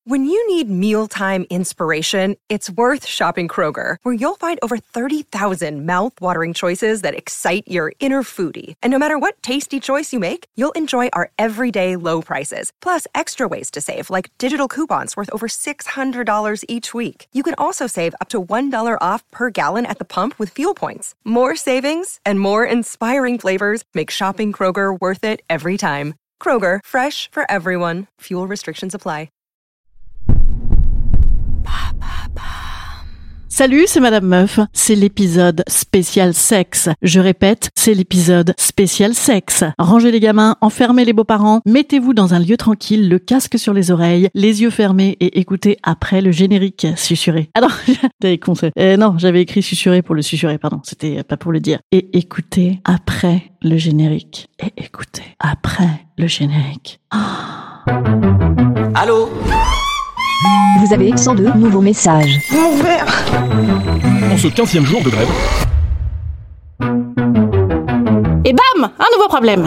When you need mealtime inspiration, it's worth shopping Kroger, where you'll find over 30,000 mouth-watering choices that excite your inner foodie. And no matter what tasty choice you make, you'll enjoy our everyday low prices, plus extra ways to save, like digital coupons worth over $600 each week. You can also save up to $1 off per gallon at the pump with fuel points. More savings and more inspiring flavors make shopping Kroger worth it every time. Kroger, fresh for everyone. Fuel restrictions apply. Salut, c'est Madame Meuf. C'est l'épisode spécial sexe. Je répète, c'est l'épisode spécial sexe. Rangez les gamins, enfermez les beaux-parents, mettez-vous dans un lieu tranquille, le casque sur les oreilles, les yeux fermés et écoutez après le générique susurré. Ah non, j'avais conseil. Non, j'avais écrit susurré pour le susurrer, pardon. C'était pas pour le dire. Et écoutez après le générique. Et écoutez après le générique. Oh. Allô ? Vous avez 102 nouveaux messages. Mon verre. En ce 15e jour de grève. Et bam, un nouveau problème.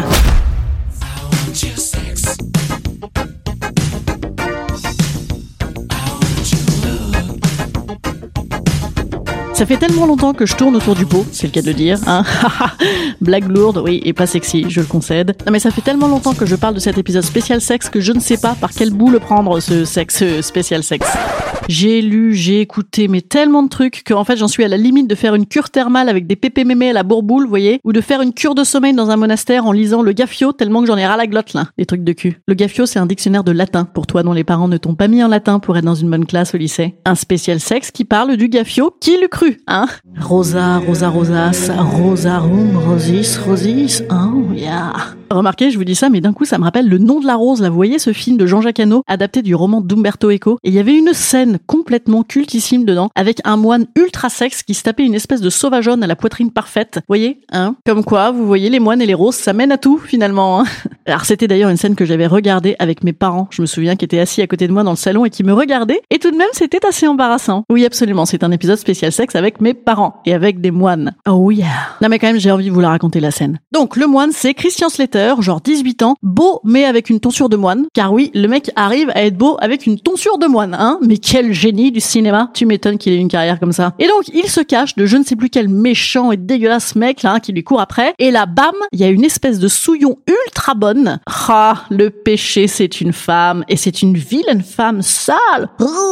Ça fait tellement longtemps que je tourne autour du pot, c'est le cas de le dire, hein. Blague lourde, oui, et pas sexy, je le concède. Non mais ça fait tellement longtemps que je parle de cet épisode spécial sexe que je ne sais pas par quel bout le prendre, ce spécial sexe. J'ai lu, j'ai écouté, mais tellement de trucs qu'en fait j'en suis à la limite de faire une cure thermale avec des pépés mémés à la bourboule, vous voyez, ou de faire une cure de sommeil dans un monastère en lisant le Gaffio tellement que j'en ai ras la glotte là, des trucs de cul. Le Gaffio, c'est un dictionnaire de latin pour toi dont les parents ne t'ont pas mis en latin pour être dans une bonne classe au lycée. Un spécial sexe qui parle du Gaffio, qui l'eût cru, hein? Rosa, rosa, rosas, rosarum, rosis, rosis, oh yeah. Remarquez, je vous dis ça, mais d'un coup, ça me rappelle Le Nom de la Rose, là, vous voyez ce film de Jean-Jacques Hano, adapté du roman d'Umberto Eco, et il y avait une scène complètement cultissime dedans, avec un moine ultra sexe qui se tapait une espèce de sauvageonne à la poitrine parfaite, vous voyez, hein? Comme quoi, vous voyez, les moines et les roses, ça mène à tout, finalement, hein. Alors, c'était d'ailleurs une scène que j'avais regardée avec mes parents, je me souviens, qui étaient assis à côté de moi dans le salon et qui me regardaient, et tout de même, c'était assez embarrassant. Oui, absolument, c'est un épisode spécial sexe avec mes parents, et avec des moines. Oh yeah. Non mais quand même, j'ai envie de vous la raconter la scène. Donc, le moine, c'est Christian Slater, genre 18 ans, beau mais avec une tonsure de moine, car oui, le mec arrive à être beau avec une tonsure de moine, hein. Mais quel génie du cinéma, tu m'étonnes qu'il ait une carrière comme ça. Et donc, il se cache de je ne sais plus quel méchant et dégueulasse mec, là, hein, qui lui court après, et là, bam, il y a une espèce de souillon ultra bonne. Ah, le péché, c'est une femme, et c'est une vilaine femme sale.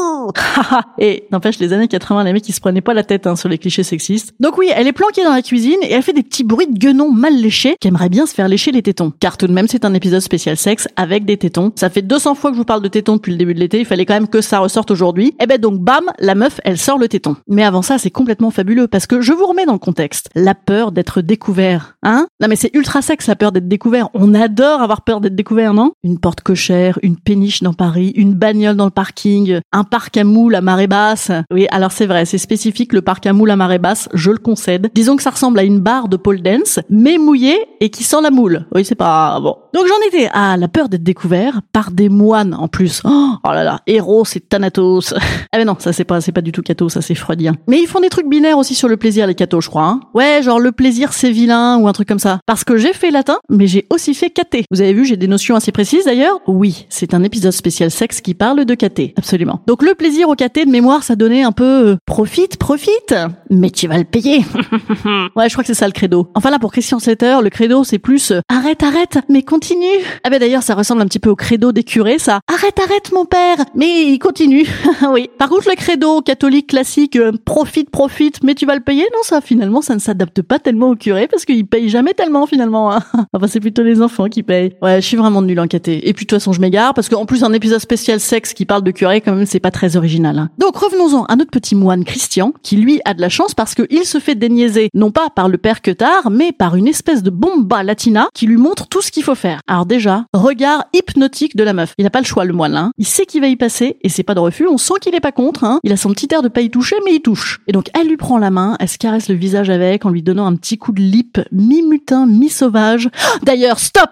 Et n'empêche, les années 80, les mecs, ils se prenaient pas la tête, hein, sur les clichés sexistes. Donc oui, elle est planquée dans la cuisine, et elle fait des petits bruits de guenon mal léchés, qui aimerait bien se faire lécher les tétons. Car tout de même, c'est un épisode spécial sexe avec des tétons. Ça fait 200 fois que je vous parle de tétons depuis le début de l'été, il fallait quand même que ça ressorte aujourd'hui. Et ben donc, bam, la meuf, elle sort le téton. Mais avant ça, c'est complètement fabuleux, parce que je vous remets dans le contexte. La peur d'être découvert, hein? Non mais c'est ultra sexe, la peur d'être découvert. On adore avoir peur d'être découvert, non? Une porte cochère, une péniche dans Paris, une bagnole dans le parking, un parc à moules à marée basse. Oui, alors c'est vrai, c'est spécifique, le parc à moules à marée basse, je le concède. Disons que ça ressemble à une barre de pole dance, mais mouillée et qui sent la moule. Oui, c'est pas bon. Donc j'en étais à la peur d'être découvert par des moines en plus. Oh là là, Eros et Thanatos. Ah mais non, ça c'est pas du tout catho, ça c'est freudien. Mais ils font des trucs binaires aussi sur le plaisir, les cathos, je crois, hein. Ouais, genre le plaisir c'est vilain ou un truc comme ça. Parce que j'ai fait latin, mais j'ai aussi fait caté. Vous avez vu, j'ai des notions assez précises d'ailleurs. Oui, c'est un épisode spécial sexe qui parle de caté, absolument. Donc le plaisir au caté de mémoire, ça donnait un peu profite, mais tu vas le payer. Ouais, je crois que c'est ça le credo. Enfin là pour Christian Slater, le credo c'est plus arrête, mais continue. Ah ben d'ailleurs, ça ressemble un petit peu au credo des curés, ça. Arrête mon père, mais il continue. Oui. Par contre, le credo catholique classique, profite, mais tu vas le payer, non, ça finalement, ça ne s'adapte pas tellement aux curés parce qu'ils payent jamais tellement finalement, hein. Enfin, c'est plutôt les enfants qui payent. Ouais, je suis vraiment nulle en caté. Et puis de toute façon, je m'égare parce qu'en plus un épisode spécial sexe qui parle de curé, quand même, c'est pas très original, hein. Donc revenons-en à notre petit moine Christian qui lui a de la chance parce qu'il se fait déniaiser non pas par le père Queutard, mais par une espèce de bomba latina qui lui montre tout ce qu'il faut faire. Alors déjà, regard hypnotique de la meuf. Il a pas le choix, le moine, là, hein. Il sait qu'il va y passer et c'est pas de refus. On sent qu'il est pas contre, hein. Il a son petit air de pas y toucher, mais il touche. Et donc elle lui prend la main, elle se caresse le visage avec en lui donnant un petit coup de lip mi-mutin, mi-sauvage. D'ailleurs, stop!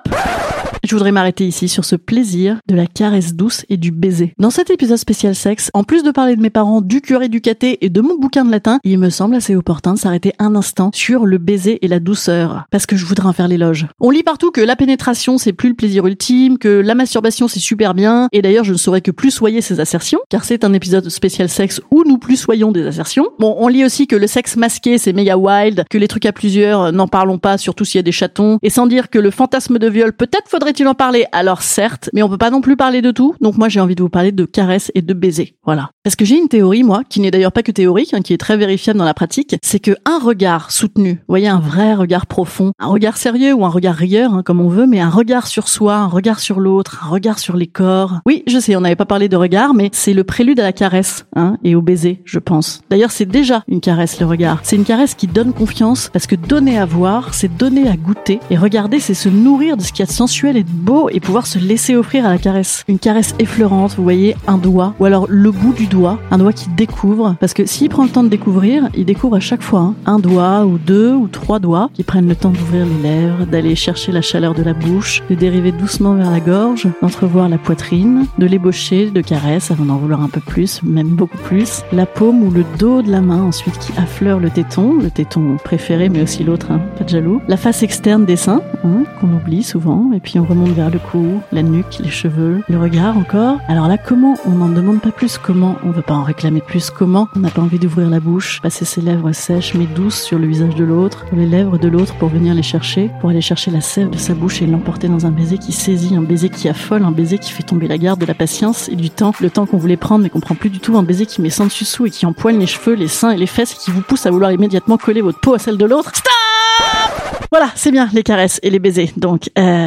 Je voudrais m'arrêter ici sur ce plaisir de la caresse douce et du baiser. Dans cet épisode spécial sexe, en plus de parler de mes parents, du curé du caté et de mon bouquin de latin, il me semble assez opportun de s'arrêter un instant sur le baiser et la douceur. Parce que je voudrais en faire l'éloge. On lit partout surtout que la pénétration c'est plus le plaisir ultime, que la masturbation c'est super bien, et d'ailleurs je ne saurais que plus soyer ces assertions, car c'est un épisode spécial sexe où nous plus soyons des assertions. Bon, on lit aussi que le sexe masqué c'est méga wild, que les trucs à plusieurs n'en parlons pas, surtout s'il y a des chatons, et sans dire que le fantasme de viol, peut-être faudrait-il en parler, alors certes, mais on peut pas non plus parler de tout, donc moi j'ai envie de vous parler de caresses et de baisers, voilà. Parce que j'ai une théorie, moi, qui n'est d'ailleurs pas que théorique, qui est très vérifiable dans la pratique, c'est que un regard soutenu, vous voyez, un vrai regard profond, un regard sérieux ou un regard rieur, comme on veut, mais un regard sur soi, un regard sur l'autre, un regard sur les corps. Oui, je sais, on n'avait pas parlé de regard, mais c'est le prélude à la caresse, et au baiser, je pense. D'ailleurs, c'est déjà une caresse, le regard. C'est une caresse qui donne confiance, parce que donner à voir, c'est donner à goûter, et regarder, c'est se nourrir de ce qu'il y a de sensuel et de beau, et pouvoir se laisser offrir à la caresse. Une caresse effleurante, vous voyez, un doigt, ou alors le bout du doigt, un doigt qui découvre, parce que s'il prend le temps de découvrir, il découvre à chaque fois un doigt ou 2 ou 3 doigts qui prennent le temps d'ouvrir les lèvres, d'aller chercher la chaleur de la bouche, de dériver doucement vers la gorge, d'entrevoir la poitrine, de l'ébaucher de caresses avant d'en vouloir un peu plus, même beaucoup plus, la paume ou le dos de la main ensuite qui affleure le téton préféré mais aussi l'autre, pas de jaloux, la face externe des seins, qu'on oublie souvent, et puis on remonte vers le cou, la nuque, les cheveux, le regard encore. Alors là, comment on n'en demande pas plus, comment on veut pas en réclamer plus, comment on n'a pas envie d'ouvrir la bouche, passer ses lèvres sèches mais douces sur le visage de l'autre, sur les lèvres de l'autre pour venir les chercher, pour aller chercher la sève de sa bouche et l'emporter dans un baiser qui saisit, un baiser qui affole, un baiser qui fait tomber la garde de la patience et du temps, le temps qu'on voulait prendre mais qu'on prend plus du tout, un baiser qui met sans dessus dessous et qui empoigne les cheveux, les seins et les fesses et qui vous pousse à vouloir immédiatement coller votre peau à celle de l'autre. Stop! Voilà, c'est bien, les caresses et les baisers. Donc,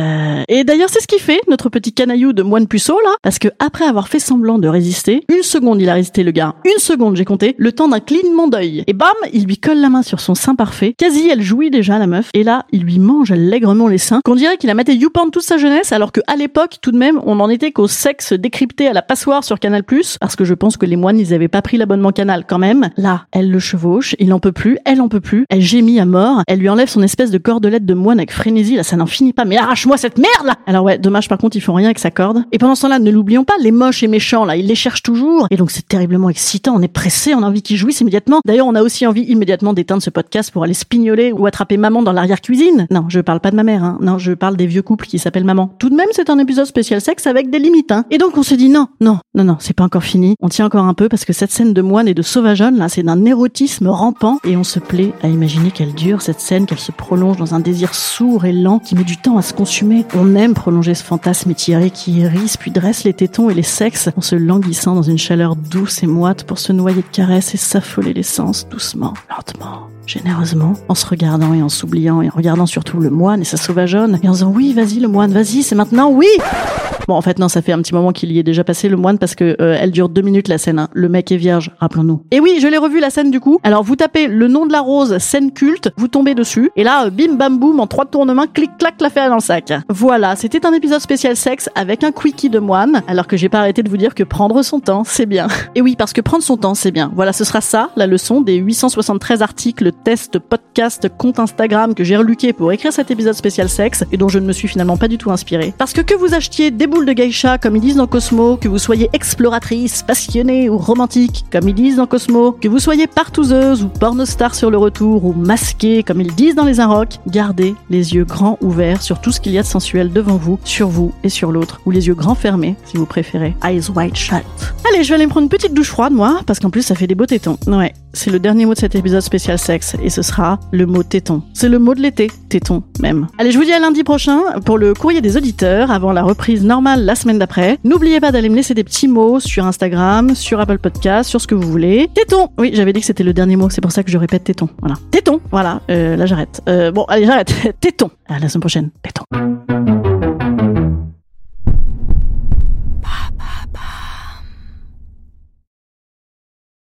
et d'ailleurs, c'est ce qui fait notre petit canaillou de moine puceau, là, parce que après avoir fait semblant de résister, 1 seconde il a résisté, le gars, 1 seconde j'ai compté, le temps d'un clignement d'œil. Et bam, il lui colle la main sur son sein parfait, quasi elle jouit déjà, la meuf, et là, il lui mange allègrement les seins, qu'on dirait qu'il a maté YouPorn toute sa jeunesse, alors que à l'époque, tout de même, on en était qu'au sexe décrypté à la passoire sur Canal+, parce que je pense que les moines, ils avaient pas pris l'abonnement Canal quand même. Là, elle le chevauche, il en peut plus, elle en peut plus, elle gémit à mort, elle lui enlève son espèce de cordelette de moine avec frénésie, là ça n'en finit pas, mais arrache-moi cette merde là! Alors ouais, dommage par contre ils font rien avec sa corde. Et pendant ce temps-là, ne l'oublions pas, les moches et méchants là, ils les cherchent toujours, et donc c'est terriblement excitant, on est pressé, on a envie qu'ils jouissent immédiatement. D'ailleurs on a aussi envie immédiatement d'éteindre ce podcast pour aller spignoler ou attraper maman dans l'arrière-cuisine. Non, je parle pas de ma mère, non, je parle des vieux couples qui s'appellent maman. Tout de même c'est un épisode spécial sexe avec des limites, Et donc on se dit non, c'est pas encore fini, on tient encore un peu parce que cette scène de moine et de sauvageonne là, c'est d'un érotisme rampant, et on se plaît à imaginer qu'elle dure, cette scène, qu'elle se prolonge dans un désir sourd et lent qui met du temps à se consumer. On aime prolonger ce fantasme étiré qui hérisse puis dresse les tétons et les sexes en se languissant dans une chaleur douce et moite pour se noyer de caresses et s'affoler les sens doucement, lentement, généreusement, en se regardant et en s'oubliant et en regardant surtout le moine et sa sauvageonne et en disant oui, vas-y le moine, vas-y, c'est maintenant, oui! Bon, en fait, non, ça fait un petit moment qu'il y est déjà passé, le moine, parce que elle dure 2 minutes, la scène. Le mec est vierge, rappelons-nous. Et oui, je l'ai revu, la scène, du coup. Alors, vous tapez le nom de la rose, scène culte, vous tombez dessus. Et là, bim, bam, boum, en 3 tournements, clic-clac, l'affaire est dans le sac. Voilà, c'était un épisode spécial sexe avec un quickie de moine, alors que j'ai pas arrêté de vous dire que prendre son temps, c'est bien. Et oui, parce que prendre son temps, c'est bien. Voilà, ce sera ça, la leçon des 873 articles, tests, podcasts, comptes Instagram que j'ai reluqués pour écrire cet épisode spécial sexe, et dont je ne me suis finalement pas du tout inspiré. Parce que vous achetiez des boules de geisha, comme ils disent dans Cosmo, que vous soyez exploratrice, passionnée ou romantique, comme ils disent dans Cosmo, que vous soyez partouzeuse ou pornostar sur le retour, ou masquée, comme ils disent dans Les Inrocks, gardez les yeux grands ouverts sur tout ce qu'il y a de sensuel devant vous, sur vous et sur l'autre, ou les yeux grands fermés, si vous préférez. Eyes wide shut. Allez, je vais aller me prendre une petite douche froide, moi, parce qu'en plus, ça fait des beaux tétons. Ouais, c'est le dernier mot de cet épisode spécial sexe, et ce sera le mot téton. C'est le mot de l'été, téton, même. Allez, je vous dis à lundi prochain pour le courrier des auditeurs, avant la reprise normale la semaine d'après. N'oubliez pas d'aller me laisser des petits mots sur Instagram, sur Apple Podcast, sur ce que vous voulez. Téton! Oui, j'avais dit que c'était le dernier mot, c'est pour ça que je répète téton. Voilà. Téton! Voilà, là j'arrête. Bon, allez, j'arrête. Téton! À la semaine prochaine. Téton.